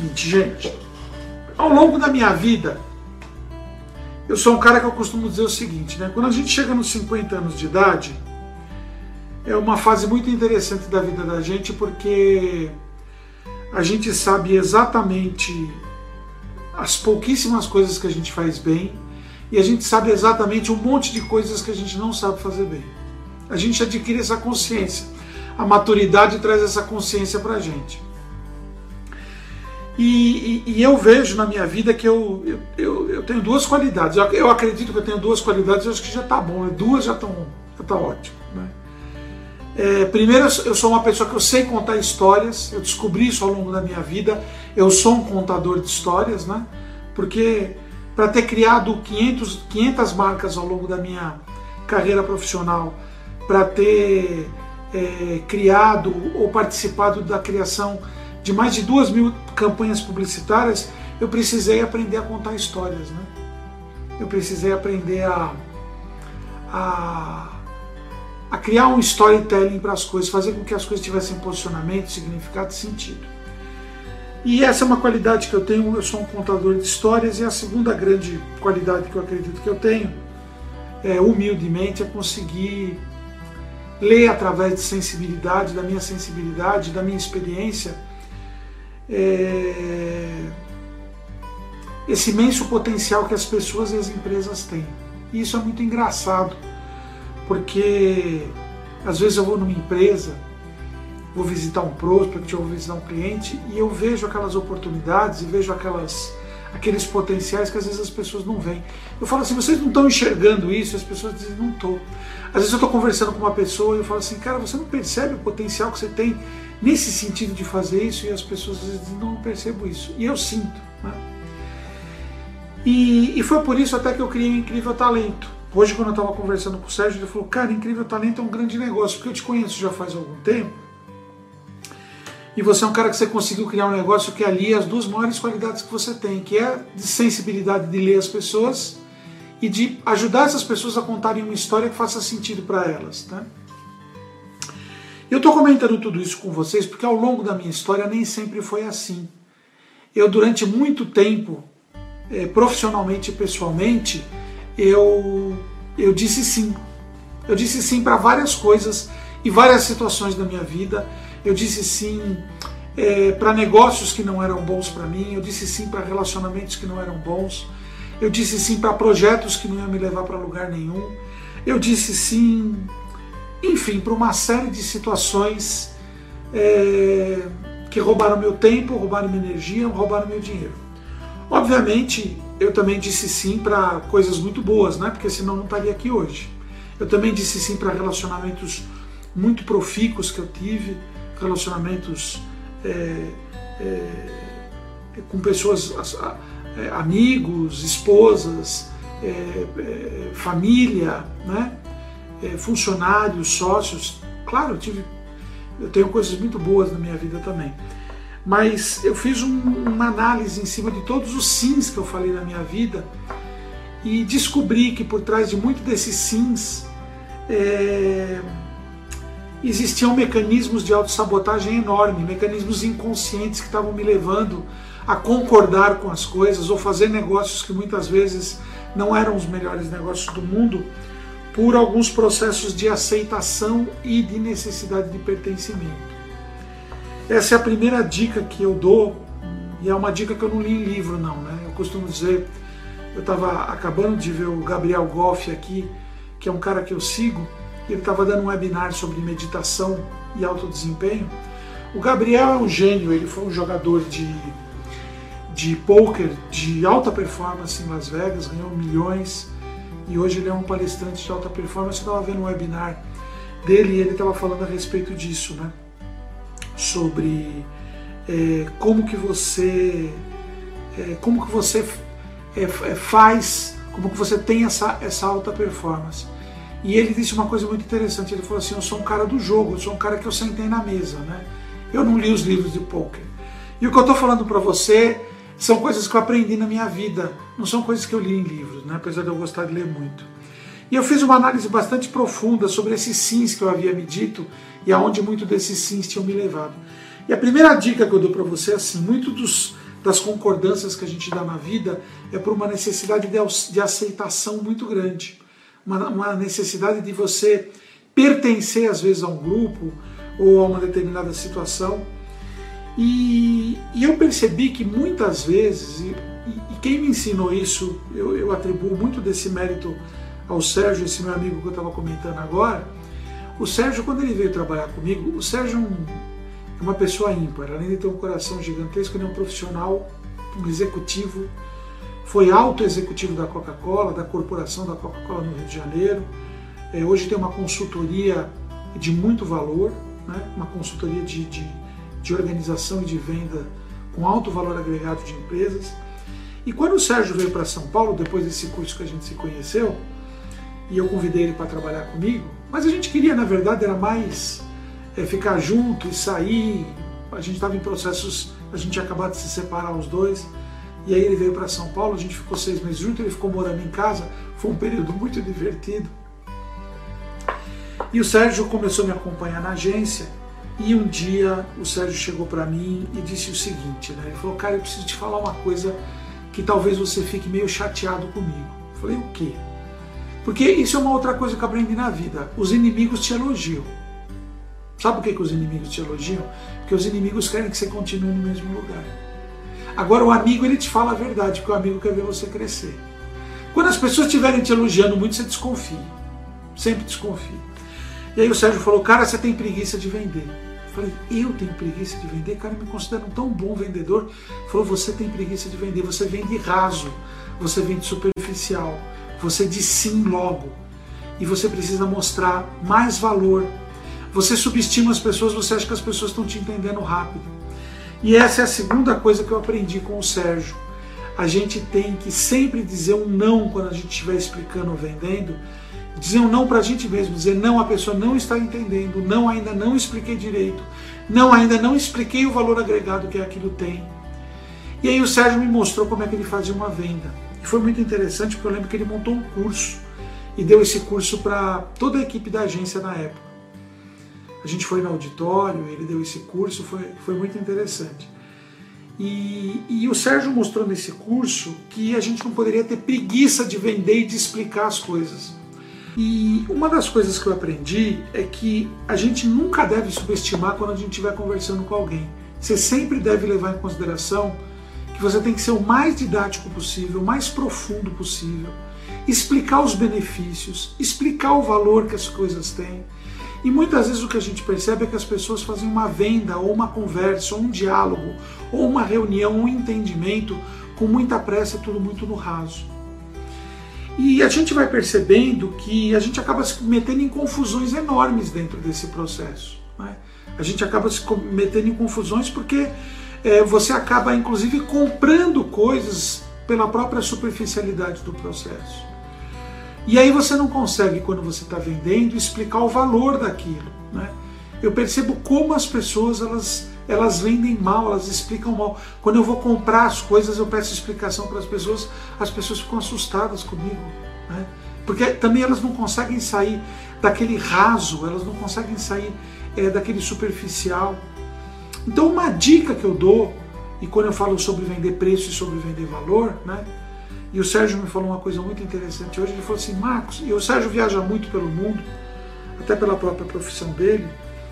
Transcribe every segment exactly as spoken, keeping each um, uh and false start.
seguinte, gente. Ao longo da minha vida, eu sou um cara que eu costumo dizer o seguinte, né? Quando a gente chega nos cinquenta anos de idade, é uma fase muito interessante da vida da gente, porque a gente sabe exatamente as pouquíssimas coisas que a gente faz bem e a gente sabe exatamente um monte de coisas que a gente não sabe fazer bem. A gente adquire essa consciência. A maturidade traz essa consciência pra gente. E, e, e eu vejo na minha vida que eu, eu, eu, eu tenho duas qualidades. Eu, eu acredito que eu tenho duas qualidades, eu acho que já tá bom, duas já estão já tá ótimo, né? É, primeiro, eu sou uma pessoa que eu sei contar histórias, eu descobri isso ao longo da minha vida, eu sou um contador de histórias, né? Porque para ter criado quinhentas, quinhentas marcas ao longo da minha carreira profissional, para ter é, criado ou participado da criação de mais de duas mil campanhas publicitárias, eu precisei aprender a contar histórias, né? Eu precisei aprender a, a, a criar um storytelling para as coisas, fazer com que as coisas tivessem posicionamento, significado e sentido. E essa é uma qualidade que eu tenho, eu sou um contador de histórias, e a segunda grande qualidade que eu acredito que eu tenho, é, humildemente, é conseguir ler através de sensibilidade, da minha sensibilidade, da minha experiência, É... esse imenso potencial que as pessoas e as empresas têm. E isso é muito engraçado, porque às vezes eu vou numa empresa, vou visitar um prospect, ou vou visitar um cliente, e eu vejo aquelas oportunidades e vejo aquelas, aqueles potenciais que às vezes as pessoas não veem. Eu falo assim, vocês não estão enxergando isso? E as pessoas dizem, não estou. Às vezes eu estou conversando com uma pessoa e eu falo assim, cara, você não percebe o potencial que você tem nesse sentido de fazer isso? E as pessoas às vezes dizem, não, não percebo isso. E eu sinto, né? E, e foi por isso até que eu criei o Incrível Talento. Hoje, quando eu estava conversando com o Sérgio, ele falou, cara, Incrível Talento é um grande negócio, porque eu te conheço já faz algum tempo, e você é um cara que você conseguiu criar um negócio que alia as duas maiores qualidades que você tem, que é de sensibilidade de ler as pessoas e de ajudar essas pessoas a contarem uma história que faça sentido para elas, né? Eu estou comentando tudo isso com vocês porque ao longo da minha história nem sempre foi assim. Eu, durante muito tempo, eh, profissionalmente e pessoalmente, eu, eu disse sim. Eu disse sim para várias coisas e várias situações da minha vida. Eu disse sim é, para negócios que não eram bons para mim, eu disse sim para relacionamentos que não eram bons, eu disse sim para projetos que não iam me levar para lugar nenhum, eu disse sim, enfim, para uma série de situações é, que roubaram meu tempo, roubaram minha energia, roubaram meu dinheiro. Obviamente, eu também disse sim para coisas muito boas, né? Porque senão eu não estaria aqui hoje. Eu também disse sim para relacionamentos muito profícuos que eu tive, relacionamentos é, é, com pessoas, é, amigos, esposas, é, é, família, né? É, funcionários, sócios. Claro, eu, tive, eu tenho coisas muito boas na minha vida também. Mas eu fiz um, uma análise em cima de todos os sims que eu falei na minha vida e descobri que por trás de muito desses sims é, existiam mecanismos de autossabotagem enorme, mecanismos inconscientes que estavam me levando a concordar com as coisas ou fazer negócios que muitas vezes não eram os melhores negócios do mundo por alguns processos de aceitação e de necessidade de pertencimento. Essa é a primeira dica que eu dou, e é uma dica que eu não li em livro não, né? Eu costumo dizer, eu estava acabando de ver o Gabriel Goff aqui, que é um cara que eu sigo, ele estava dando um webinar sobre meditação e alto desempenho. O Gabriel é um gênio, ele foi um jogador de, de poker de alta performance em Las Vegas, ganhou milhões, e hoje ele é um palestrante de alta performance. Eu estava vendo um webinar dele e ele estava falando a respeito disso, né? Sobre é, como que você é, como que você é, é, faz, como que você tem essa, essa alta performance. E ele disse uma coisa muito interessante, ele falou assim, eu sou um cara do jogo, eu sou um cara que eu sentei na mesa, né? Eu não li os livros de poker. E o que eu estou falando para você são coisas que eu aprendi na minha vida, não são coisas que eu li em livros, né? Apesar de eu gostar de ler muito. E eu fiz uma análise bastante profunda sobre esses sims que eu havia me dito e aonde muito desses sims tinham me levado. E a primeira dica que eu dou para você é assim, muitos dos das concordâncias que a gente dá na vida é por uma necessidade de, de aceitação muito grande, uma, uma necessidade de você pertencer às vezes a um grupo ou a uma determinada situação. E, e eu percebi que muitas vezes, e, e quem me ensinou isso, eu, eu atribuo muito desse mérito ao Sérgio, esse meu amigo que eu estava comentando agora. O Sérgio, quando ele veio trabalhar comigo, o Sérgio é um, uma pessoa ímpar, além de ter um coração gigantesco, ele é um profissional, um executivo, foi alto executivo da Coca-Cola, da corporação da Coca-Cola no Rio de Janeiro, é, hoje tem uma consultoria de muito valor, né, uma consultoria de, de, de organização e de venda com alto valor agregado de empresas. E quando o Sérgio veio para São Paulo, depois desse curso que a gente se conheceu, e eu convidei ele para trabalhar comigo, mas a gente queria, na verdade, era mais é, ficar junto e sair. A gente estava em processos, a gente tinha acabado de se separar os dois, e aí ele veio para São Paulo, a gente ficou seis meses junto, ele ficou morando em casa, foi um período muito divertido. E o Sérgio começou a me acompanhar na agência, e um dia o Sérgio chegou para mim e disse o seguinte, né? Ele falou, cara, eu preciso te falar uma coisa que talvez você fique meio chateado comigo. Eu falei, o quê? Porque isso é uma outra coisa que eu aprendi na vida. Os inimigos te elogiam. Sabe por que, que os inimigos te elogiam? Porque os inimigos querem que você continue no mesmo lugar. Agora o amigo, ele te fala a verdade, porque o amigo quer ver você crescer. Quando as pessoas estiverem te elogiando muito, você desconfia. Sempre desconfia. E aí o Sérgio falou, cara, você tem preguiça de vender. Eu falei, eu tenho preguiça de vender? Cara, me considero um tão bom vendedor. Ele falou, você tem preguiça de vender, você vende raso, você vende superficial. Você diz sim logo, e você precisa mostrar mais valor. Você subestima as pessoas, você acha que as pessoas estão te entendendo rápido. E essa é a segunda coisa que eu aprendi com o Sérgio. A gente tem que sempre dizer um não quando a gente estiver explicando ou vendendo, dizer um não para a gente mesmo, dizer não, a pessoa não está entendendo, não, ainda não expliquei direito, não, ainda não expliquei o valor agregado que aquilo tem. E aí o Sérgio me mostrou como é que ele fazia uma venda. E foi muito interessante porque eu lembro que ele montou um curso e deu esse curso para toda a equipe da agência na época. A gente foi no auditório, ele deu esse curso, foi, foi muito interessante. E, e o Sérgio mostrou nesse curso que a gente não poderia ter preguiça de vender e de explicar as coisas. E uma das coisas que eu aprendi é que a gente nunca deve subestimar quando a gente estiver conversando com alguém. Você sempre deve levar em consideração que você tem que ser o mais didático possível, o mais profundo possível, explicar os benefícios, explicar o valor que as coisas têm. E muitas vezes o que a gente percebe é que as pessoas fazem uma venda, ou uma conversa, ou um diálogo, ou uma reunião, um entendimento, com muita pressa e tudo muito no raso. E a gente vai percebendo que a gente acaba se metendo em confusões enormes dentro desse processo, né? A gente acaba se metendo em confusões porque é, você acaba, inclusive, comprando coisas pela própria superficialidade do processo. E aí você não consegue, quando você está vendendo, explicar o valor daquilo, né? Eu percebo como as pessoas, elas, elas vendem mal, elas explicam mal. Quando eu vou comprar as coisas, eu peço explicação para as pessoas, as pessoas ficam assustadas comigo, né? Porque também elas não conseguem sair daquele raso, elas não conseguem sair é, daquele superficial. Então uma dica que eu dou, e quando eu falo sobre vender preço e sobre vender valor, né? E o Sérgio me falou uma coisa muito interessante hoje, ele falou assim, Marcos, e o Sérgio viaja muito pelo mundo, até pela própria profissão dele,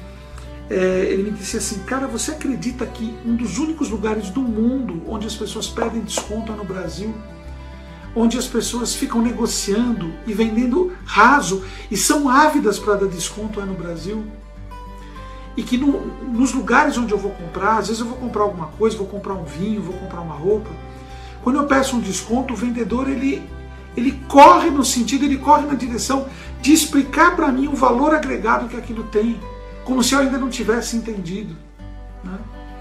é, ele me disse assim, cara, você acredita que um dos únicos lugares do mundo onde as pessoas pedem desconto é no Brasil? Onde as pessoas ficam negociando e vendendo raso e são ávidas para dar desconto é no Brasil? E que no, nos lugares onde eu vou comprar, às vezes eu vou comprar alguma coisa, vou comprar um vinho, vou comprar uma roupa, quando eu peço um desconto, o vendedor ele, ele corre no sentido, ele corre na direção de explicar para mim o valor agregado que aquilo tem, como se eu ainda não tivesse entendido, né?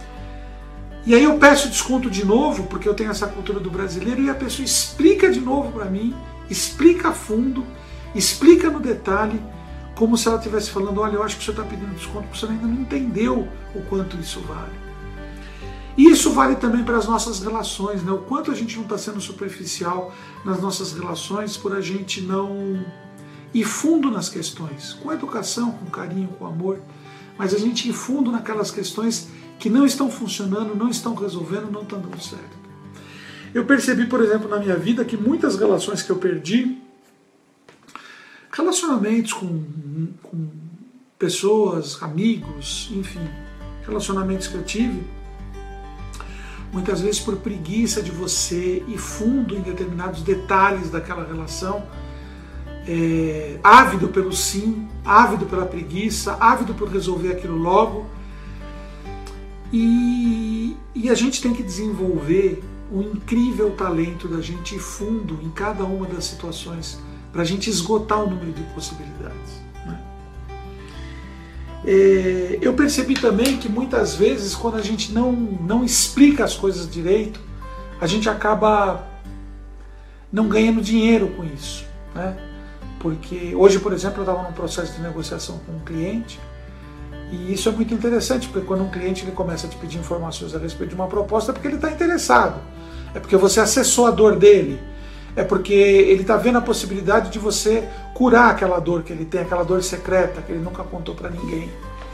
E aí eu peço desconto de novo, porque eu tenho essa cultura do brasileiro, e a pessoa explica de novo para mim, explica a fundo, explica no detalhe, como se ela estivesse falando, olha, eu acho que o senhor está pedindo desconto porque o senhor ainda não entendeu o quanto isso vale. E isso vale também para as nossas relações, né? O quanto a gente não está sendo superficial nas nossas relações por a gente não ir fundo nas questões, com educação, com carinho, com amor, mas a gente ir fundo naquelas questões que não estão funcionando, não estão resolvendo, não estão dando certo. Eu percebi, por exemplo, na minha vida que muitas relações que eu perdi, relacionamentos com, com pessoas, amigos, enfim, relacionamentos que eu tive, muitas vezes por preguiça de você ir fundo em determinados detalhes daquela relação, é, ávido pelo sim, ávido pela preguiça, ávido por resolver aquilo logo. E, e a gente tem que desenvolver um incrível talento da gente ir fundo em cada uma das situações para a gente esgotar o número de possibilidades. Né? É, eu percebi também que muitas vezes quando a gente não, não explica as coisas direito, a gente acaba não ganhando dinheiro com isso. Né? Porque hoje, por exemplo, eu estava num processo de negociação com um cliente. E isso é muito interessante, porque quando um cliente ele começa a te pedir informações a respeito de uma proposta, é porque ele está interessado, é porque você acessou a dor dele, é porque ele está vendo a possibilidade de você curar aquela dor que ele tem, aquela dor secreta que ele nunca contou para ninguém.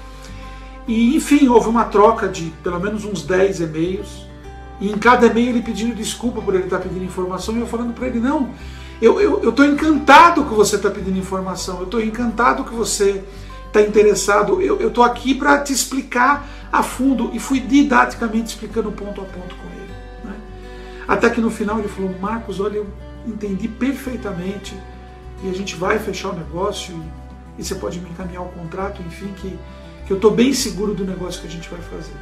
E enfim, houve uma troca de pelo menos uns dez e-mails, e em cada e-mail ele pedindo desculpa por ele estar pedindo informação, e eu falando para ele, não, eu estou encantado que você está pedindo informação, eu estou encantado que você está interessado, eu estou aqui para te explicar a fundo, e fui didaticamente explicando ponto a ponto com ele. Né? Até que no final ele falou, Marcos, olha, eu entendi perfeitamente e a gente vai fechar o negócio e, e você pode me encaminhar o contrato, enfim, que, que eu estou bem seguro do negócio que a gente vai fazer.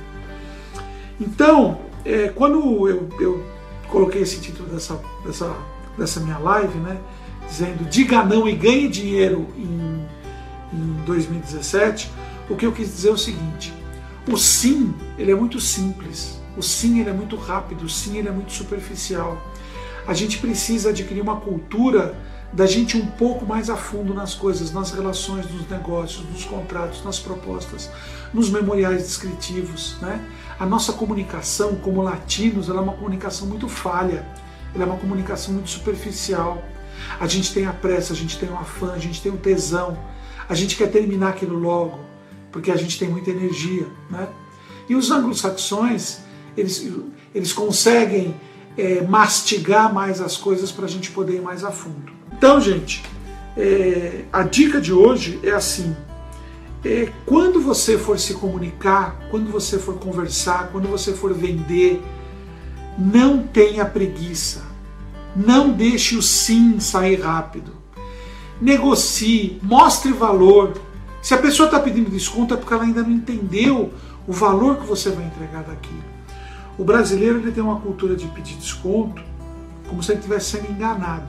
Então, é, quando eu, eu coloquei esse título dessa, dessa, dessa minha live, né, dizendo diga não e ganhe dinheiro em em dois mil e dezessete, o que eu quis dizer é o seguinte, o sim, ele é muito simples, o sim ele é muito rápido, o sim ele é muito superficial. A gente precisa adquirir uma cultura da gente um pouco mais a fundo nas coisas, nas relações, nos negócios, nos contratos, nas propostas, nos memoriais descritivos. Né? A nossa comunicação como latinos, ela é uma comunicação muito falha, ela é uma comunicação muito superficial. A gente tem a pressa, a gente tem o afã, a gente tem o tesão, a gente quer terminar aquilo logo, porque a gente tem muita energia. Né? E os anglo-saxões, eles, eles conseguem é, mastigar mais as coisas para a gente poder ir mais a fundo. Então, gente, é, a dica de hoje é assim, é, quando você for se comunicar, quando você for conversar, quando você for vender, não tenha preguiça, não deixe o sim sair rápido. Negocie, mostre valor. Se a pessoa está pedindo desconto é porque ela ainda não entendeu o valor que você vai entregar daquilo. O brasileiro ele tem uma cultura de pedir desconto como se ele estivesse sendo enganado.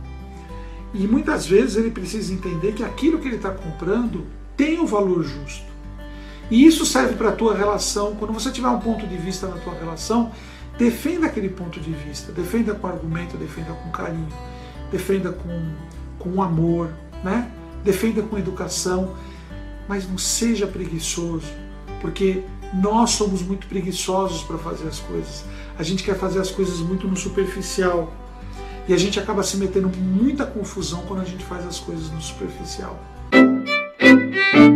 E muitas vezes ele precisa entender que aquilo que ele está comprando tem o valor justo. E isso serve para a tua relação. Quando você tiver um ponto de vista na tua relação, defenda aquele ponto de vista. Defenda com argumento, defenda com carinho, defenda com... com amor, né? Defenda com educação, mas não seja preguiçoso, porque nós somos muito preguiçosos para fazer as coisas. A gente quer fazer as coisas muito no superficial e a gente acaba se metendo em muita confusão quando a gente faz as coisas no superficial.